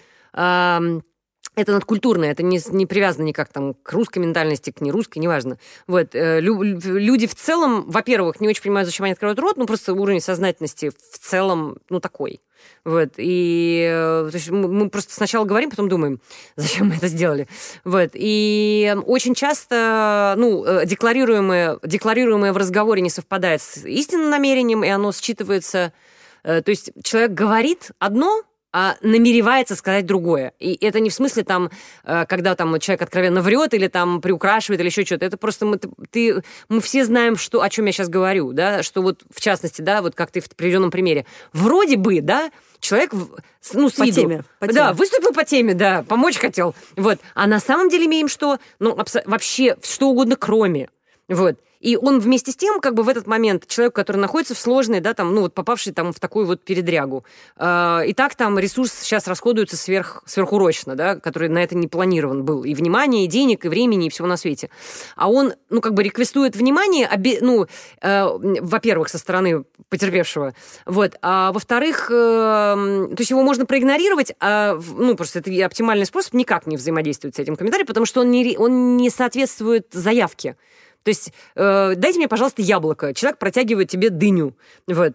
Это надкультурное, это не, не привязано никак там к русской ментальности, к нерусской, неважно. Вот. Лю, люди в целом, во-первых, не очень понимают, зачем они открывают рот, ну, просто уровень сознательности в целом, ну, такой. Вот. И то есть мы просто сначала говорим, потом думаем, зачем мы это сделали. Вот. И очень часто, ну, декларируемое, декларируемое в разговоре не совпадает с истинным намерением, и оно считывается... То есть человек говорит одно, а намеревается сказать другое. И это не в смысле, там, когда там, человек откровенно врет или там, приукрашивает или еще что-то. Это просто мы, ты, мы все знаем, что, о чем я сейчас говорю. Да? Что вот, в частности, да, вот как ты в приведенном примере. Вроде бы, да, человек, ну, с по виду, теме, по теме. Да, выступил по теме, да, помочь хотел. Вот. А на самом деле имеем что? Ну, абсо- вообще что угодно кроме. Вот. И он вместе с тем, как бы в этот момент, человек, который находится в сложной, да, там, ну, вот попавший там в такую вот передрягу, э, и так там ресурс сейчас расходуется сверх, сверхурочно, да, который на это не планирован был. И внимание, и денег, и времени, и всего на свете. А он, ну, как бы реквестует внимание, оби- ну, э, во-первых, со стороны потерпевшего, вот, а во-вторых, э, то есть его можно проигнорировать, а, ну, просто это оптимальный способ никак не взаимодействовать с этим комментарием, потому что он не, он не соответствует заявке. То есть, э, дайте мне, пожалуйста, яблоко. Человек протягивает тебе дыню. Вот.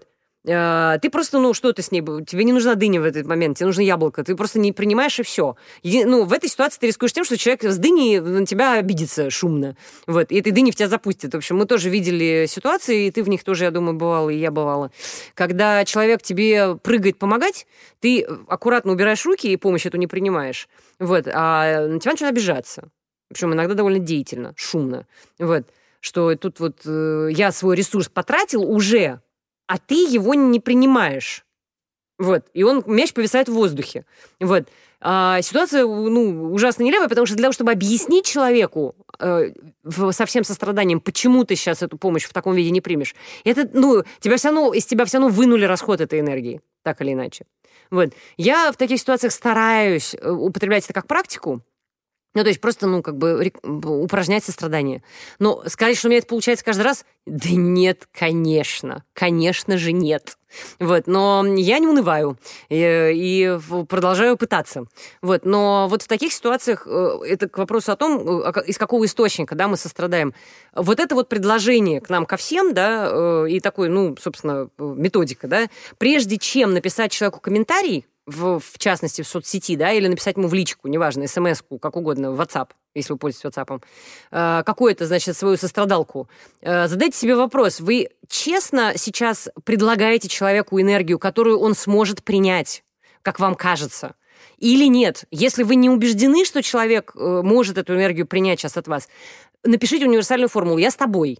Э, ты просто, ну, что ты с ней... Тебе не нужна дыня в этот момент, тебе нужно яблоко. Ты просто не принимаешь, и все. Еди... Ну, в этой ситуации ты рискуешь тем, что человек с дыней на тебя обидится шумно. Вот. И этой дыни в тебя запустит. В общем, мы тоже видели ситуации, и ты в них тоже, я думаю, бывала, и я бывала. Когда человек тебе прыгает помогать, ты аккуратно убираешь руки и помощь эту не принимаешь. Вот. А на тебя начинают обижаться. Причем иногда довольно деятельно, шумно. Вот. Что тут вот э, я свой ресурс потратил уже, а ты его не принимаешь. Вот. И он, мяч повисает в воздухе. Вот. А ситуация, ну, ужасно нелепая, потому что для того, чтобы объяснить человеку э, со всем состраданием, почему ты сейчас эту помощь в таком виде не примешь, это, ну, тебя все равно, из тебя все равно вынули расход этой энергии, так или иначе. Вот. Я в таких ситуациях стараюсь употреблять это как практику. Ну, то есть просто, ну, как бы упражнять сострадание. Но сказать, что у меня это получается каждый раз? Да нет, конечно. Конечно же нет. Вот. Но я не унываю и, и продолжаю пытаться. Вот. Но вот в таких ситуациях это к вопросу о том, из какого источника, да, мы сострадаем. Вот это вот предложение к нам ко всем, да, и такой, ну, собственно, методика, да, прежде чем написать человеку комментарий, В, в частности, в соцсети, да, или написать ему в личку, неважно, смс-ку, как угодно, в WhatsApp, если вы пользуетесь WhatsApp, э, какую-то, значит, свою сострадалку. Э, задайте себе вопрос, вы честно сейчас предлагаете человеку энергию, которую он сможет принять, как вам кажется, или нет? Если вы не убеждены, что человек э, может эту энергию принять сейчас от вас, напишите универсальную формулу «Я с тобой».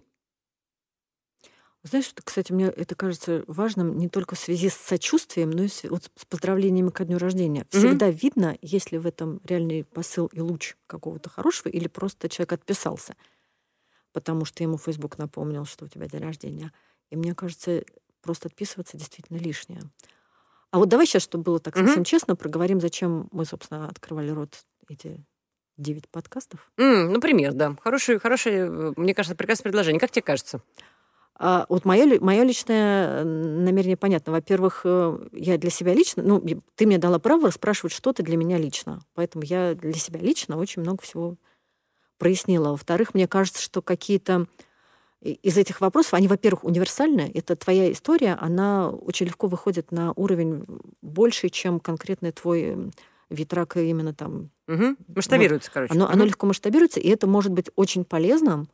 Знаешь, кстати, мне это кажется важным не только в связи с сочувствием, но и с, вот, с поздравлениями ко дню рождения. Всегда mm-hmm. видно, есть ли в этом реальный посыл и луч какого-то хорошего, или просто человек отписался, потому что ему Facebook напомнил, что у тебя день рождения. И мне кажется, просто отписываться действительно лишнее. А вот давай сейчас, чтобы было так совсем mm-hmm. честно, проговорим, зачем мы, собственно, открывали рот эти девять подкастов. Mm, например, да. Хорошее, хорошее, мне кажется, прекрасное предложение. Как тебе кажется? А вот мое, мое личное намерение понятно. Во-первых, я для себя лично... Ну, ты мне дала право спрашивать что-то для меня лично. Поэтому я для себя лично очень много всего прояснила. Во-вторых, мне кажется, что какие-то из этих вопросов, они, во-первых, универсальные. Это твоя история, она очень легко выходит на уровень больше, чем конкретный твой вид рака именно там... Угу. Масштабируется, вот. короче. Оно, угу. оно легко масштабируется, и это может быть очень полезным.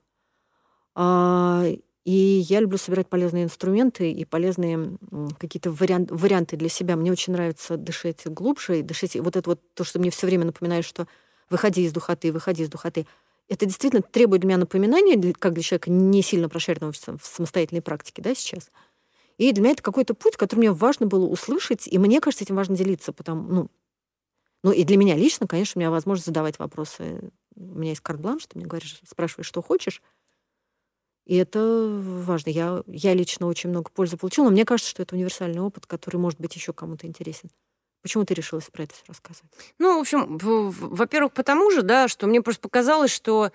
И я люблю собирать полезные инструменты и полезные какие-то вариант, варианты для себя. Мне очень нравится дышать глубже, и дышать. И вот это вот то, что мне все время напоминает, что выходи из духоты, выходи из духоты. Это действительно требует для меня напоминания, как для человека не сильно прошаренного в самостоятельной практике, да, сейчас. И для меня это какой-то путь, который мне важно было услышать, и мне кажется, этим важно делиться, потому, ну, ну и для меня лично, конечно, у меня возможность задавать вопросы. У меня есть карт-бланш, ты мне говоришь, спрашиваешь, что хочешь. И это важно. Я, я лично очень много пользы получила, но мне кажется, что это универсальный опыт, который может быть еще кому-то интересен. Почему ты решилась про это все рассказывать? Ну, в общем, во-первых, потому же, да, что мне просто показалось, что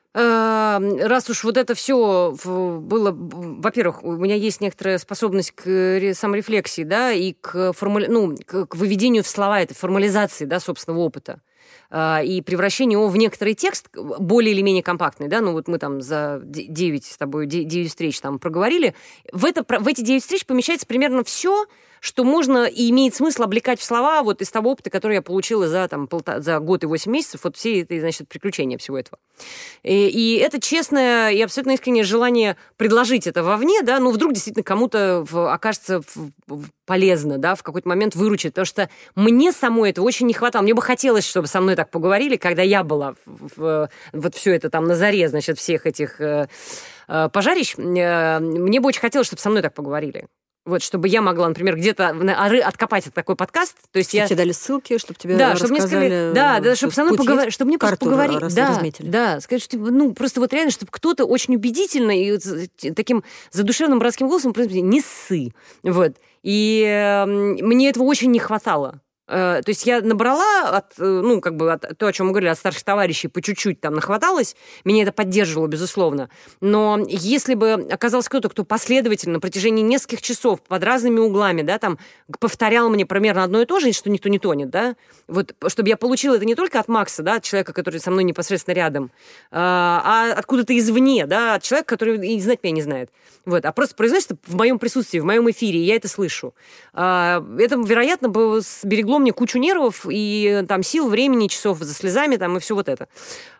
э, раз уж вот это все было... Во-первых, у меня есть некоторая способность к саморефлексии, да, и к, формули... ну, к выведению в слова этой формализации, да, собственного опыта. И превращение его в некоторый текст, более или менее компактный, да, ну вот мы там за девять с тобой, девять встреч там проговорили, в, это, в эти девять встреч помещается примерно все, что можно и имеет смысл облекать в слова вот из того опыта, который я получила за, там, полта, за год и восемь месяцев, вот все это, значит, приключения всего этого. И, и это честное и абсолютно искреннее желание предложить это вовне, да, ну вдруг действительно кому-то в, окажется в, в, полезно, да, в какой-то момент выручит, потому что мне самой этого очень не хватало. Мне бы хотелось, чтобы со мной так поговорили, когда я была в, в, вот все это там на заре, значит, всех этих э, э, пожарищ. Э, мне бы очень хотелось, чтобы со мной так поговорили. Вот, чтобы я могла, например, где-то откопать такой подкаст. То есть чтобы я... тебе дали ссылки, чтобы тебе да, рассказали... Чтобы мне сказали, да, да, чтобы со мной поговорили, чтобы мне просто поговорить. Да, разметили. Да, сказать, что, ну, просто вот реально, чтобы кто-то очень убедительно и вот таким задушевным братским голосом просто не ссы. Вот. И э, мне этого очень не хватало. То есть я набрала, от, ну, как бы, от, то, о чем мы говорили, от старших товарищей, по чуть-чуть там нахваталось, меня это поддерживало, безусловно. Но если бы оказался кто-то, кто последовательно на протяжении нескольких часов под разными углами, да, там, повторял мне примерно одно и то же, что никто не тонет, да, вот, чтобы я получила это не только от Макса, да, от человека, который со мной непосредственно рядом, а откуда-то извне, да, от человека, который и знать меня не знает. Вот, а просто произносится в моем присутствии, в моем эфире, и я это слышу. Это, вероятно, бы сберегло мне кучу нервов и там сил, времени, часов за слезами там, и все вот это.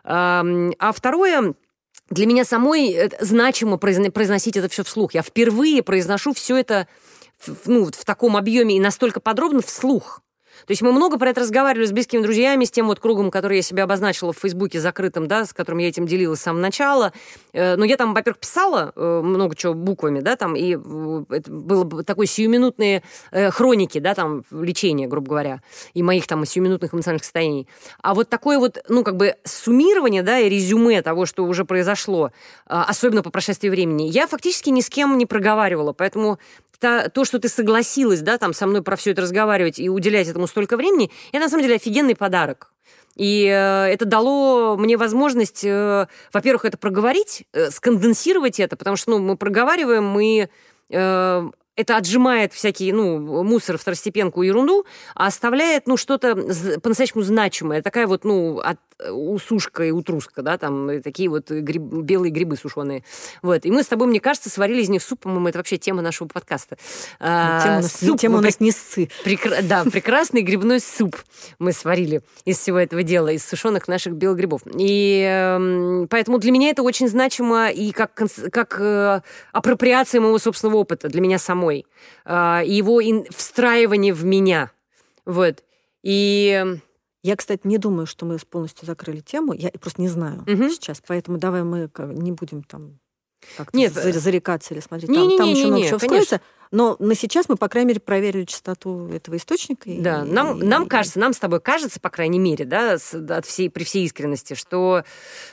А второе, для меня самой значимо произносить это все вслух. Я впервые произношу все это в, ну, в таком объеме и настолько подробно вслух. То есть мы много про это разговаривали с близкими друзьями, с тем вот кругом, который я себя обозначила в Фейсбуке закрытым, да, с которым я этим делилась с самого начала. Но я там, во-первых, писала много чего буквами, да, там, и это было такое сиюминутные хроники, да, там, лечения, грубо говоря, и моих там сиюминутных эмоциональных состояний. А вот такое вот, ну, как бы суммирование, да, и резюме того, что уже произошло, особенно по прошествии времени, я фактически ни с кем не проговаривала, поэтому то, что ты согласилась, да, там, со мной про все это разговаривать и уделять этому столько времени, это, на самом деле, офигенный подарок. И э, это дало мне возможность, э, во-первых, это проговорить, э, сконденсировать это, потому что, ну, мы проговариваем, мы... Э, это отжимает всякий, ну, мусор, второстепенку, ерунду, а оставляет, ну, что-то по-настоящему значимое. Такая вот, ну, от, усушка и утруска, да, там, такие вот гриб, белые грибы сушеные. Вот. И мы с тобой, мне кажется, сварили из них суп, по-моему, это вообще тема нашего подкаста. А, тема у нас, суп, тема у нас не ссы. Прекра... Да, прекрасный грибной суп мы сварили из всего этого дела, из сушеных наших белых грибов. И э, поэтому для меня это очень значимо и как, как э, апроприация моего собственного опыта для меня самой. И его встраивание в меня. Вот. И... Я, кстати, не думаю, что мы полностью закрыли тему. Я просто не знаю угу. сейчас. Поэтому давай мы не будем там как-то Нет. зарекаться или смотреть. Не, там не, там не, еще не, много не, чего вскроется. Но на сейчас мы, по крайней мере, проверили частоту этого источника. Да, и, нам, и, нам и... кажется, нам с тобой кажется, по крайней мере, да, с, от всей, при всей искренности, что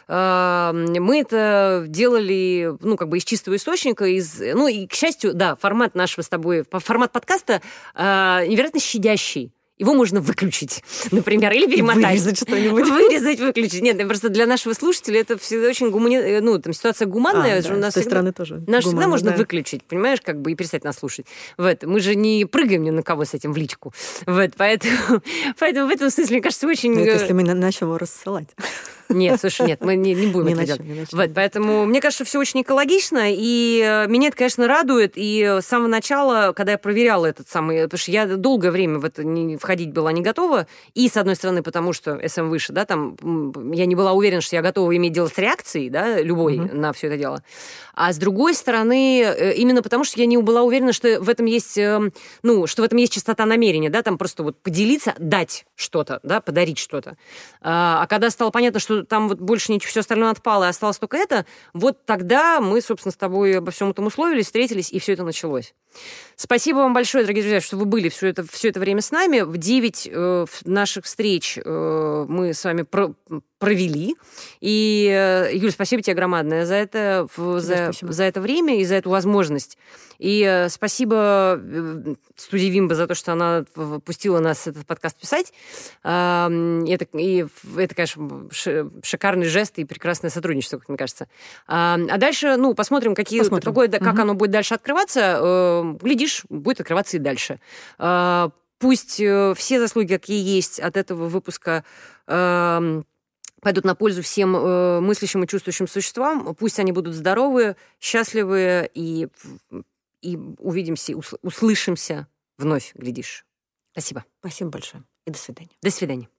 э, мы это делали, ну, как бы из чистого источника, из, ну, и, к счастью, да, формат нашего с тобой, формат подкаста э, невероятно щадящий. Его можно выключить, например, или перемотать. Вырезать что-нибудь. Вырезать, выключить. Нет, просто для нашего слушателя это всегда очень гумани... ну, там ситуация гуманная. А, да, у нас с той всегда... стороны тоже. Нас всегда можно да. выключить, понимаешь, как бы и перестать нас слушать. Вот. Мы же не прыгаем ни на кого с этим в личку. Вот. Поэтому, поэтому в этом смысле, мне кажется, очень... Ну, это если мы начнем его рассылать. Нет, слушай, нет, мы не, не будем не это начнем, делать. не начнем. Вот, поэтому мне кажется, все очень экологично, и меня это, конечно, радует. И с самого начала, когда я проверяла этот самый... Потому что я долгое время в это не, входить была не готова. И, с одной стороны, потому что эс эм выше, да, там я не была уверена, что я готова иметь дело с реакцией, да, любой mm-hmm. на все это дело. А с другой стороны, именно потому что я не была уверена, что в этом есть, ну, что в этом есть чистота намерения, да, там просто вот поделиться, дать что-то, да, подарить что-то. А когда стало понятно, что там вот больше ничего, все остальное отпало, и осталось только это, вот тогда мы, собственно, с тобой обо всем этом условились, встретились, и все это началось. Спасибо вам большое, дорогие друзья, что вы были все это, все это время с нами. В девять э, наших встреч э, мы с вами про- провели. И, э, Юль, спасибо тебе громадное за это, в, за, за это время и за эту возможность. И э, спасибо э, студии Вимба за то, что она пустила нас этот подкаст писать. Э, это, и это, конечно, шикарный жест и прекрасное сотрудничество, как мне кажется. А, а дальше, ну, посмотрим, какие, посмотрим. Какое, как угу. оно будет дальше открываться. Э, глядишь, будет открываться и дальше. Э, пусть э, все заслуги, какие есть от этого выпуска, э, пойдут на пользу всем э, мыслящим и чувствующим существам. Пусть они будут здоровы, счастливы, и, и увидимся, услышимся вновь, глядишь. Спасибо. Спасибо большое. И до свидания. До свидания.